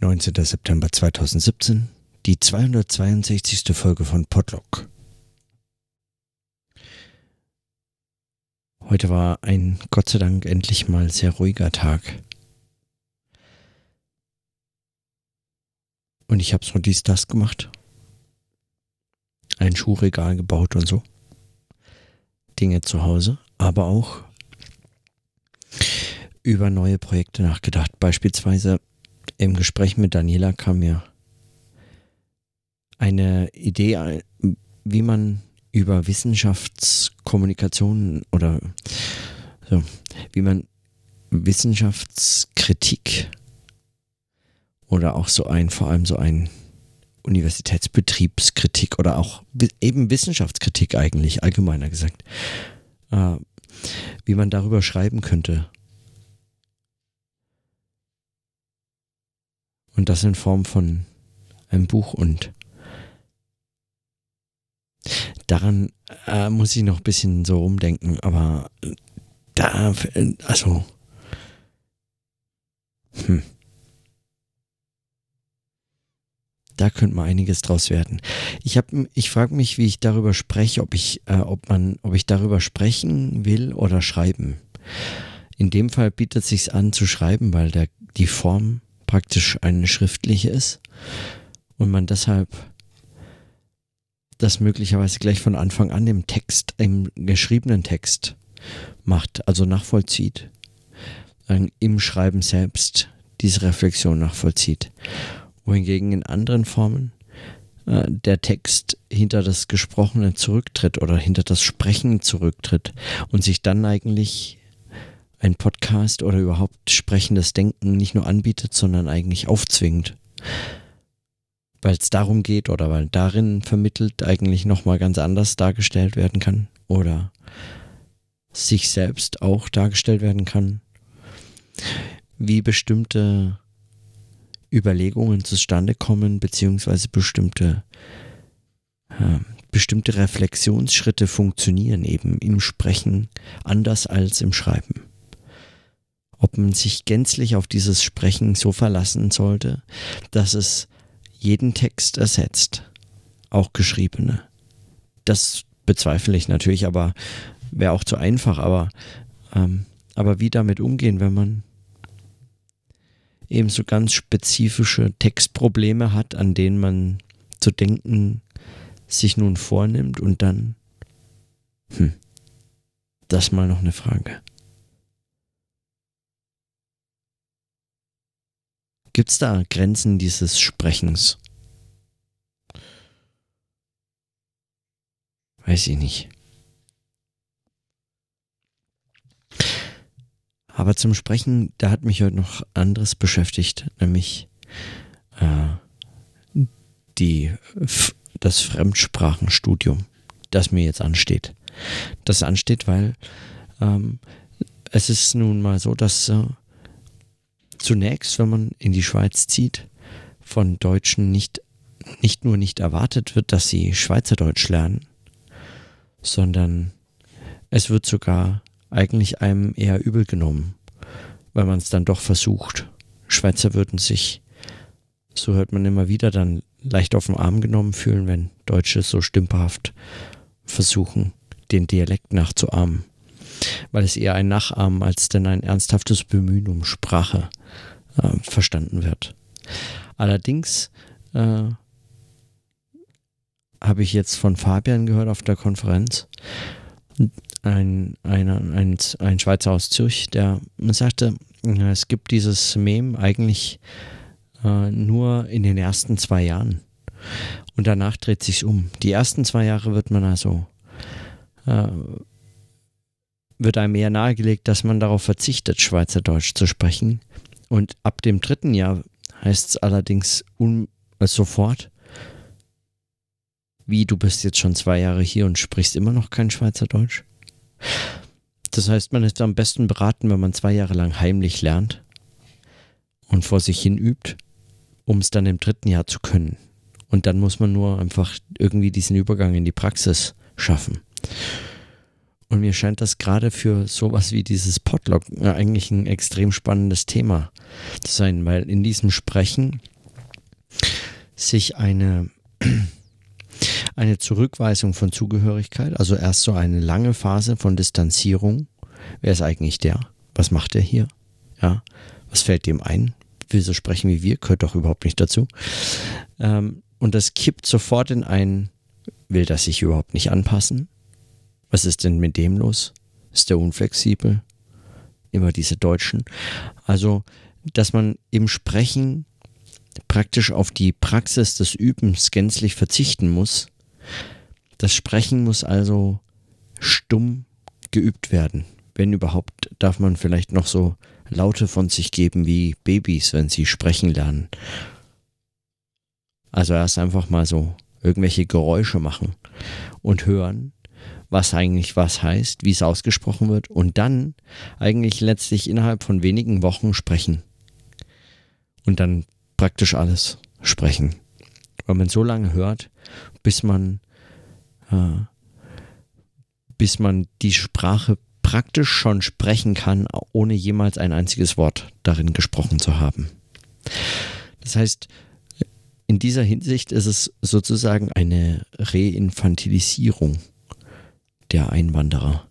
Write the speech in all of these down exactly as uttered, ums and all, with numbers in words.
neunzehnter September zweitausendsiebzehn, die zweihundertzweiundsechzigste Folge von Podlog. Heute war ein Gott sei Dank endlich mal sehr ruhiger Tag. Und ich habe so dies, das gemacht. Ein Schuhregal gebaut und so. Dinge zu Hause, aber auch über neue Projekte nachgedacht. Beispielsweise im Gespräch mit Daniela kam mir eine Idee, wie man über Wissenschaftskommunikation oder so, wie man Wissenschaftskritik oder auch so ein, vor allem so ein Universitätsbetriebskritik oder auch eben Wissenschaftskritik eigentlich, allgemeiner gesagt, äh, wie man darüber schreiben könnte. Und das in Form von einem Buch, und daran äh, muss ich noch ein bisschen so rumdenken, aber da, also, hm. Da könnte mal einiges draus werden. Ich habe, ich frage mich, wie ich darüber spreche, ob ich, äh, ob man, ob ich darüber sprechen will oder schreiben. In dem Fall bietet es sich an zu schreiben, weil der, die Form praktisch eine schriftliche ist und man deshalb das möglicherweise gleich von Anfang an im Text, im geschriebenen Text macht, also nachvollzieht, im Schreiben selbst diese Reflexion nachvollzieht. Wohingegen in anderen Formen äh, der Text hinter das Gesprochene zurücktritt oder hinter das Sprechen zurücktritt und sich dann eigentlich ein Podcast oder überhaupt sprechendes Denken nicht nur anbietet, sondern eigentlich aufzwingt. Weil es darum geht oder weil darin vermittelt eigentlich nochmal ganz anders dargestellt werden kann oder sich selbst auch dargestellt werden kann, wie bestimmte Überlegungen zustande kommen, beziehungsweise bestimmte, äh, bestimmte Reflexionsschritte funktionieren eben im Sprechen anders als im Schreiben. Ob man sich gänzlich auf dieses Sprechen so verlassen sollte, dass es jeden Text ersetzt, auch geschriebene. Das bezweifle ich natürlich, aber wäre auch zu einfach, aber, ähm, aber wie damit umgehen, wenn man eben so ganz spezifische Textprobleme hat, an denen man zu denken sich nun vornimmt und dann, hm, das mal noch eine Frage. Gibt es da Grenzen dieses Sprechens? Weiß ich nicht. Aber zum Sprechen, da hat mich heute noch anderes beschäftigt, nämlich äh, die, das Fremdsprachenstudium, das mir jetzt ansteht. Das ansteht, weil ähm, es ist nun mal so, dass äh, zunächst, wenn man in die Schweiz zieht, von Deutschen nicht, nicht nur nicht erwartet wird, dass sie Schweizerdeutsch lernen, sondern es wird sogar eigentlich einem eher übel genommen, weil man es dann doch versucht. Schweizer würden sich, so hört man immer wieder, dann leicht auf den Arm genommen fühlen, wenn Deutsche so stümperhaft versuchen, den Dialekt nachzuahmen. Weil es eher ein Nachahmen als denn ein ernsthaftes Bemühen um Sprache äh, verstanden wird. Allerdings äh, habe ich jetzt von Fabian gehört auf der Konferenz, Ein, eine, ein, ein Schweizer aus Zürich, der sagte, es gibt dieses Mem eigentlich äh, nur in den ersten zwei Jahren. Und danach dreht sich's um. Die ersten zwei Jahre wird man also, äh, wird einem eher nahegelegt, dass man darauf verzichtet, Schweizerdeutsch zu sprechen. Und ab dem dritten Jahr heißt es allerdings un, äh, sofort, wie, du bist jetzt schon zwei Jahre hier und sprichst immer noch kein Schweizerdeutsch? Das heißt, man ist am besten beraten, wenn man zwei Jahre lang heimlich lernt und vor sich hin übt, um es dann im dritten Jahr zu können. Und dann muss man nur einfach irgendwie diesen Übergang in die Praxis schaffen. Und mir scheint das gerade für sowas wie dieses Podlog eigentlich ein extrem spannendes Thema zu sein, weil in diesem Sprechen sich eine, eine Zurückweisung von Zugehörigkeit, also erst so eine lange Phase von Distanzierung. Wer ist eigentlich der? Was macht er hier? Ja, was fällt dem ein? Will so sprechen wie wir? Gehört doch überhaupt nicht dazu. Ähm, und das kippt sofort in ein, will das sich überhaupt nicht anpassen? Was ist denn mit dem los? Ist der unflexibel? Immer diese Deutschen. Also, dass man im Sprechen praktisch auf die Praxis des Übens gänzlich verzichten muss. Das Sprechen muss also stumm geübt werden. Wenn überhaupt, darf man vielleicht noch so Laute von sich geben wie Babys, wenn sie sprechen lernen. Also erst einfach mal so irgendwelche Geräusche machen und hören, was eigentlich was heißt, wie es ausgesprochen wird und dann eigentlich letztlich innerhalb von wenigen Wochen sprechen. Und dann praktisch alles sprechen. Weil man so lange hört, bis man, äh, bis man die Sprache praktisch schon sprechen kann, ohne jemals ein einziges Wort darin gesprochen zu haben. Das heißt, in dieser Hinsicht ist es sozusagen eine Reinfantilisierung der Einwanderer.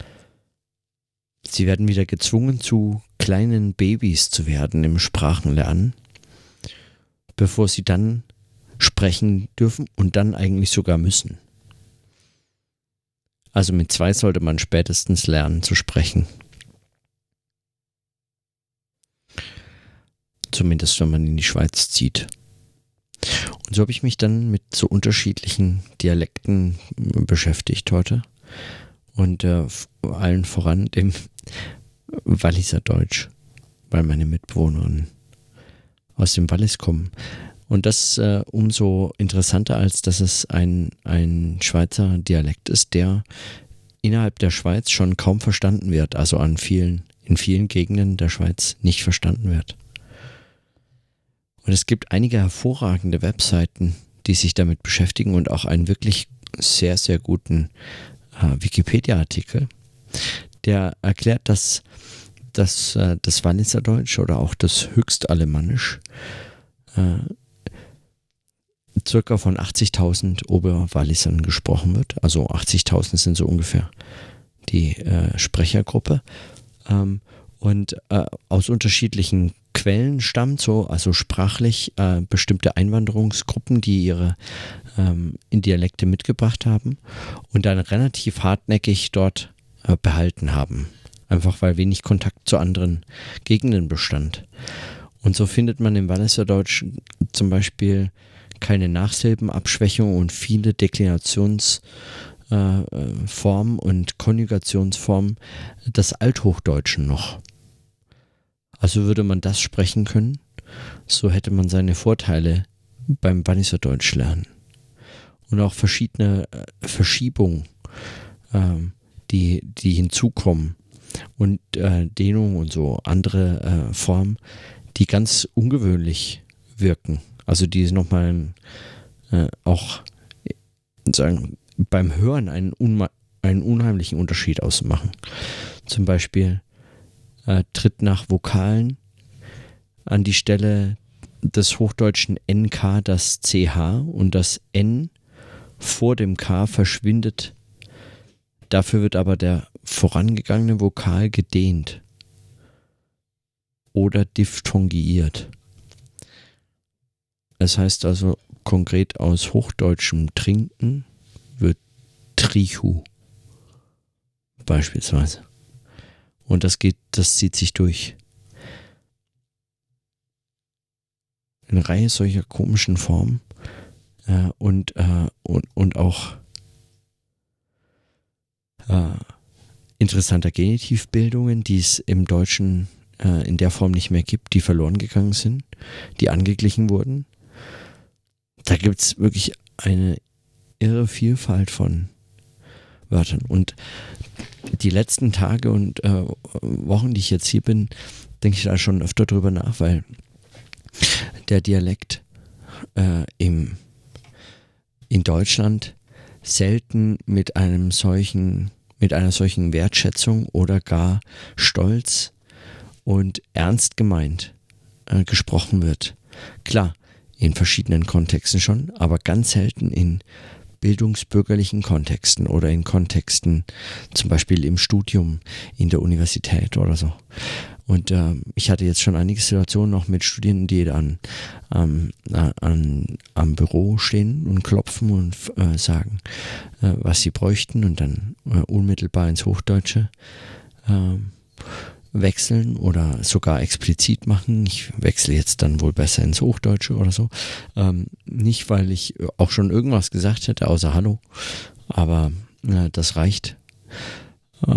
Sie werden wieder gezwungen, zu kleinen Babys zu werden im Sprachenlernen, bevor sie dann sprechen dürfen und dann eigentlich sogar müssen. Also mit zwei sollte man spätestens lernen zu sprechen. Zumindest wenn man in die Schweiz zieht. Und so habe ich mich dann mit so unterschiedlichen Dialekten beschäftigt heute. Und äh, allen voran dem Walliser Deutsch, weil meine Mitbewohnerinnen aus dem Wallis kommen. Und das äh, umso interessanter, als dass es ein, ein Schweizer Dialekt ist, der innerhalb der Schweiz schon kaum verstanden wird, also an vielen, in vielen Gegenden der Schweiz nicht verstanden wird. Und es gibt einige hervorragende Webseiten, die sich damit beschäftigen und auch einen wirklich sehr, sehr guten äh, Wikipedia-Artikel, der erklärt, dass, dass äh, das Walliser Deutsch oder auch das Höchstalemannisch äh, circa von achtzigtausend Oberwallisern gesprochen wird. Also achtzigtausend sind so ungefähr die äh, Sprechergruppe. Ähm, und äh, aus unterschiedlichen Quellen stammt so, also sprachlich äh, bestimmte Einwanderungsgruppen, die ihre ähm, in Dialekte mitgebracht haben und dann relativ hartnäckig dort äh, behalten haben. Einfach weil wenig Kontakt zu anderen Gegenden bestand. Und so findet man im Walliser Deutsch zum Beispiel keine Nachsilbenabschwächung und viele Deklinationsformen äh, und Konjugationsformen des Althochdeutschen noch. Also würde man das sprechen können, so hätte man seine Vorteile beim Walliser Deutsch lernen. Und auch verschiedene äh, Verschiebungen, äh, die, die hinzukommen und äh, Dehnung und so andere äh, Formen, die ganz ungewöhnlich wirken. Also die nochmal äh, auch sagen, beim Hören einen, unma- einen unheimlichen Unterschied ausmachen. Zum Beispiel äh, tritt nach Vokalen an die Stelle des hochdeutschen N K das C H und das N vor dem K verschwindet. Dafür wird aber der vorangegangene Vokal gedehnt oder diphthongiert. Das heißt also konkret aus hochdeutschem Trinken wird Trichu beispielsweise. Und das geht, das zieht sich durch. Eine Reihe solcher komischen Formen äh, und, äh, und, und auch äh, interessanter Genitivbildungen, die es im Deutschen äh, in der Form nicht mehr gibt, die verloren gegangen sind, die angeglichen wurden. Da gibt es wirklich eine irre Vielfalt von Wörtern. Und die letzten Tage und äh, Wochen, die ich jetzt hier bin, denke ich da schon öfter drüber nach, weil der Dialekt äh, im, in Deutschland selten mit einem solchen, mit einer solchen Wertschätzung oder gar Stolz und ernst gemeint äh, gesprochen wird. Klar, in verschiedenen Kontexten schon, aber ganz selten in bildungsbürgerlichen Kontexten oder in Kontexten, zum Beispiel im Studium, in der Universität oder so. Und äh, ich hatte jetzt schon einige Situationen noch mit Studierenden, die an, ähm, an, am Büro stehen und klopfen und äh, sagen, äh, was sie bräuchten und dann äh, unmittelbar ins Hochdeutsche äh, wechseln oder sogar explizit machen. Ich wechsle jetzt dann wohl besser ins Hochdeutsche oder so. Ähm, nicht, weil ich auch schon irgendwas gesagt hätte, außer Hallo, aber äh, das reicht. Äh,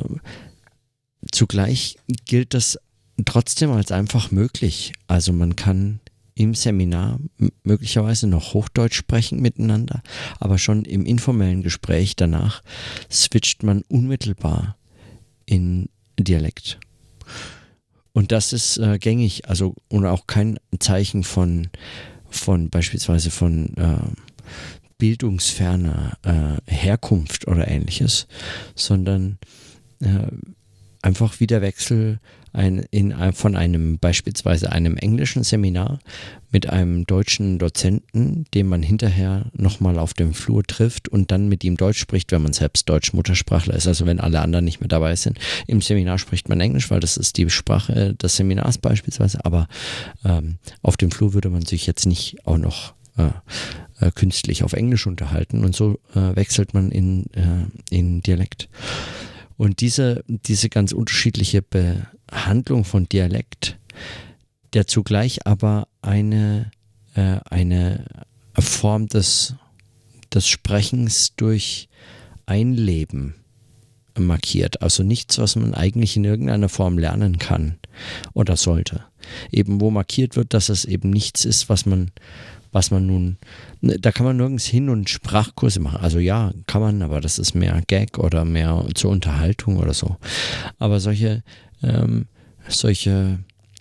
zugleich gilt das trotzdem als einfach möglich. Also man kann im Seminar m- möglicherweise noch Hochdeutsch sprechen miteinander, aber schon im informellen Gespräch danach switcht man unmittelbar in Dialekt. Und das ist äh, gängig, also und auch kein Zeichen von, von beispielsweise von äh, bildungsferner äh, Herkunft oder ähnliches, sondern äh, einfach wie der Wechsel ein, in, von einem beispielsweise einem englischen Seminar mit einem deutschen Dozenten, den man hinterher nochmal auf dem Flur trifft und dann mit ihm Deutsch spricht, wenn man selbst Deutsch-Muttersprachler ist, also wenn alle anderen nicht mehr dabei sind. Im Seminar spricht man Englisch, weil das ist die Sprache des Seminars beispielsweise, aber ähm, auf dem Flur würde man sich jetzt nicht auch noch äh, äh, künstlich auf Englisch unterhalten und so äh, wechselt man in, äh, in Dialekt. Und diese, diese ganz unterschiedliche Behandlung von Dialekt, der zugleich aber eine, äh, eine Form des, des Sprechens durch Einleben markiert. Also nichts, was man eigentlich in irgendeiner Form lernen kann oder sollte. Eben wo markiert wird, dass es eben nichts ist, was man was man nun, da kann man nirgends hin und Sprachkurse machen. Also ja, kann man, aber das ist mehr Gag oder mehr zur Unterhaltung oder so. Aber solche, ähm, solche,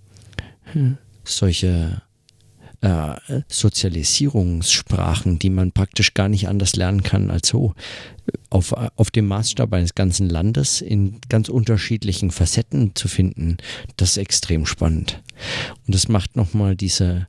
solche äh, Sozialisierungssprachen, die man praktisch gar nicht anders lernen kann als so, auf, auf dem Maßstab eines ganzen Landes in ganz unterschiedlichen Facetten zu finden, das ist extrem spannend. Und das macht nochmal diese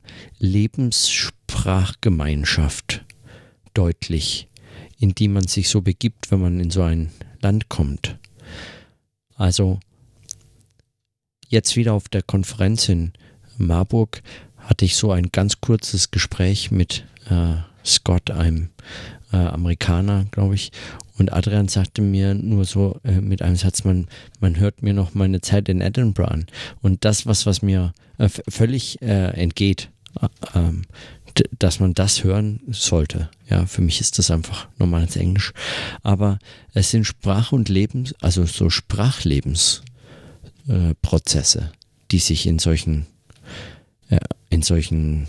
Lebenssprachgemeinschaft deutlich, in die man sich so begibt, wenn man in so ein Land kommt. Also jetzt wieder auf der Konferenz in Marburg hatte ich so ein ganz kurzes Gespräch mit äh, Scott, einem äh, Amerikaner, glaube ich. Und Adrian sagte mir nur so äh, mit einem Satz, man, man hört mir noch meine Zeit in Edinburgh an. Und das, was, was mir äh, völlig äh, entgeht, äh, ähm, d- dass man das hören sollte. Ja, für mich ist das einfach normales Englisch. Aber es sind Sprach- und Lebens, also so Sprachlebensprozesse, äh, die sich in solchen, äh, in solchen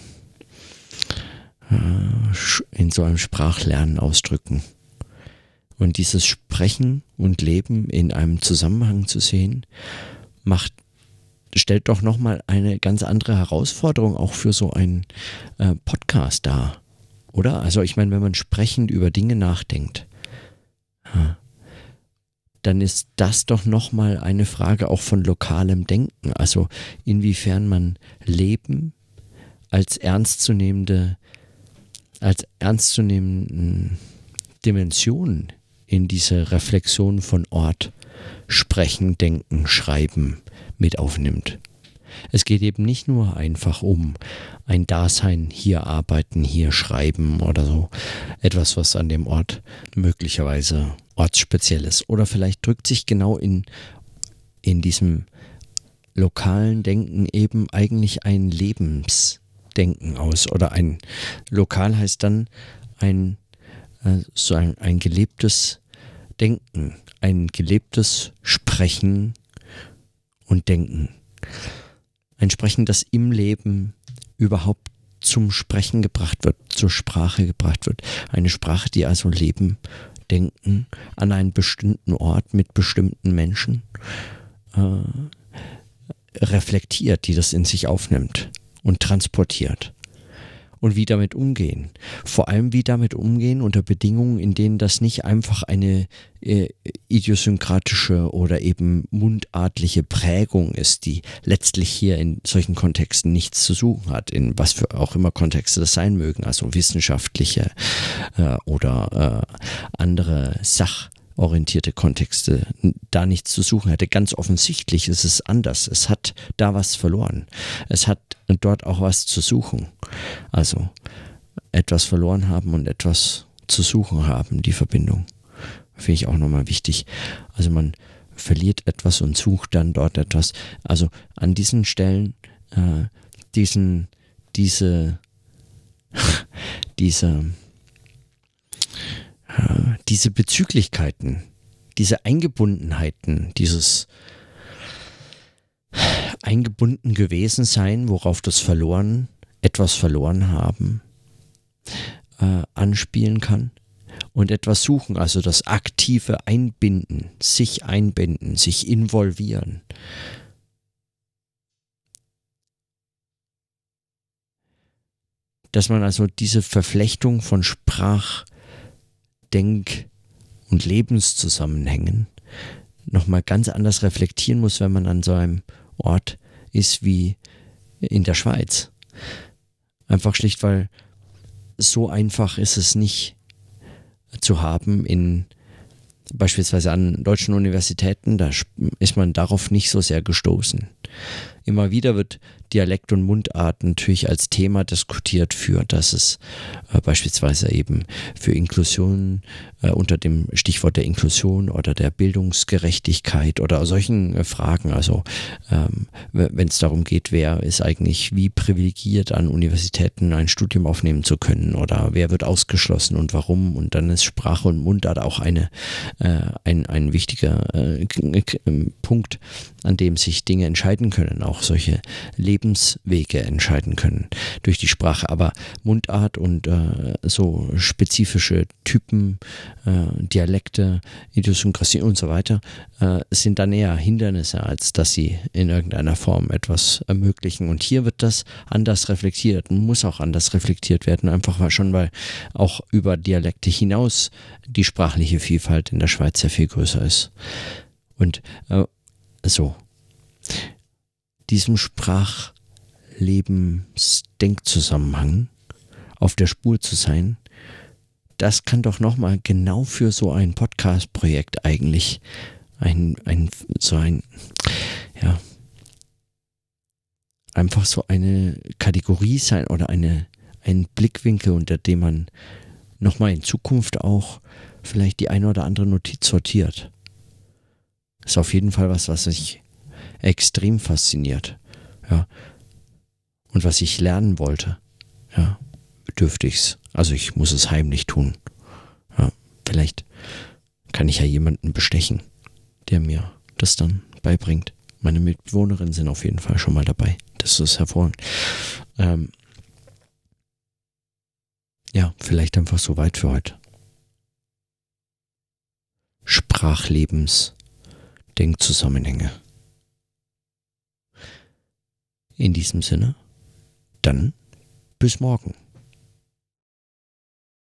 in so einem Sprachlernen ausdrücken. Und dieses Sprechen und Leben in einem Zusammenhang zu sehen, macht, stellt doch nochmal eine ganz andere Herausforderung auch für so einen äh, Podcast dar. Oder? Also ich meine, wenn man sprechend über Dinge nachdenkt, ja, dann ist das doch nochmal eine Frage auch von lokalem Denken. Also inwiefern man Leben als ernstzunehmende als ernstzunehmenden Dimension in diese Reflexion von Ort, Sprechen, Denken, Schreiben mit aufnimmt. Es geht eben nicht nur einfach um ein Dasein, hier arbeiten, hier schreiben oder so. Etwas, was an dem Ort möglicherweise ortsspeziell ist. Oder vielleicht drückt sich genau in, in diesem lokalen Denken eben eigentlich ein Lebens Denken aus oder ein lokal heißt dann ein, äh, so ein, ein gelebtes Denken, ein gelebtes Sprechen und Denken. Ein Sprechen, das im Leben überhaupt zum Sprechen gebracht wird, zur Sprache gebracht wird. Eine Sprache, die also Leben, Denken an einen bestimmten Ort mit bestimmten Menschen äh, reflektiert, die das in sich aufnimmt und transportiert. und wie damit umgehen. Vor allem wie damit umgehen unter Bedingungen, in denen das nicht einfach eine äh, idiosynkratische oder eben mundartliche Prägung ist, die letztlich hier in solchen Kontexten nichts zu suchen hat, in was für auch immer Kontexte das sein mögen, also wissenschaftliche äh, oder äh, andere Sach orientierte Kontexte da nichts zu suchen hätte. Ganz offensichtlich ist es anders. Es hat da was verloren. Es hat dort auch was zu suchen. Also etwas verloren haben und etwas zu suchen haben, die Verbindung. Finde ich auch nochmal wichtig. Also man verliert etwas und sucht dann dort etwas. Also an diesen Stellen äh, diesen, diese, diese diese Bezüglichkeiten, diese Eingebundenheiten, dieses eingebunden gewesen sein, worauf das Verloren, etwas verloren haben, äh, anspielen kann und etwas suchen, also das aktive Einbinden, sich einbinden, sich involvieren. Dass man also diese Verflechtung von Sprach, Denk- und Lebenszusammenhängen nochmal ganz anders reflektieren muss, wenn man an so einem Ort ist wie in der Schweiz. Einfach schlicht, weil so einfach ist es nicht zu haben in beispielsweise an deutschen Universitäten, da ist man darauf nicht so sehr gestoßen. Immer wieder wird Dialekt und Mundart natürlich als Thema diskutiert, für dass es äh, beispielsweise eben für Inklusion äh, unter dem Stichwort der Inklusion oder der Bildungsgerechtigkeit oder solchen äh, Fragen, also ähm, wenn es darum geht, wer ist eigentlich wie privilegiert an Universitäten ein Studium aufnehmen zu können oder wer wird ausgeschlossen und warum, und dann ist Sprache und Mundart auch eine, äh, ein, ein wichtiger äh, Punkt, an dem sich Dinge entscheiden können, auch solche Lebenswege entscheiden können durch die Sprache. Aber Mundart und äh, so spezifische Typen, äh, Dialekte, Idiosynkrasie und so weiter äh, sind dann eher Hindernisse, als dass sie in irgendeiner Form etwas ermöglichen. Und hier wird das anders reflektiert und muss auch anders reflektiert werden, einfach schon, weil auch über Dialekte hinaus die sprachliche Vielfalt in der Schweiz sehr viel größer ist. Und äh, so, diesem Sprachlebensdenkzusammenhang auf der Spur zu sein, das kann doch nochmal genau für so ein Podcast-Projekt eigentlich ein, ein, so ein, ja, einfach so eine Kategorie sein oder eine, ein Blickwinkel, unter dem man nochmal in Zukunft auch vielleicht die eine oder andere Notiz sortiert. Das ist auf jeden Fall was, was ich extrem fasziniert, ja, und was ich lernen wollte, ja, dürfte ich's. Also ich muss es heimlich tun. Ja, vielleicht kann ich ja jemanden bestechen, der mir das dann beibringt. Meine Mitbewohnerinnen sind auf jeden Fall schon mal dabei. Das ist hervorragend. Ähm, ja, vielleicht einfach so weit für heute. Sprachlebens, Denkzusammenhänge. In diesem Sinne, dann bis morgen.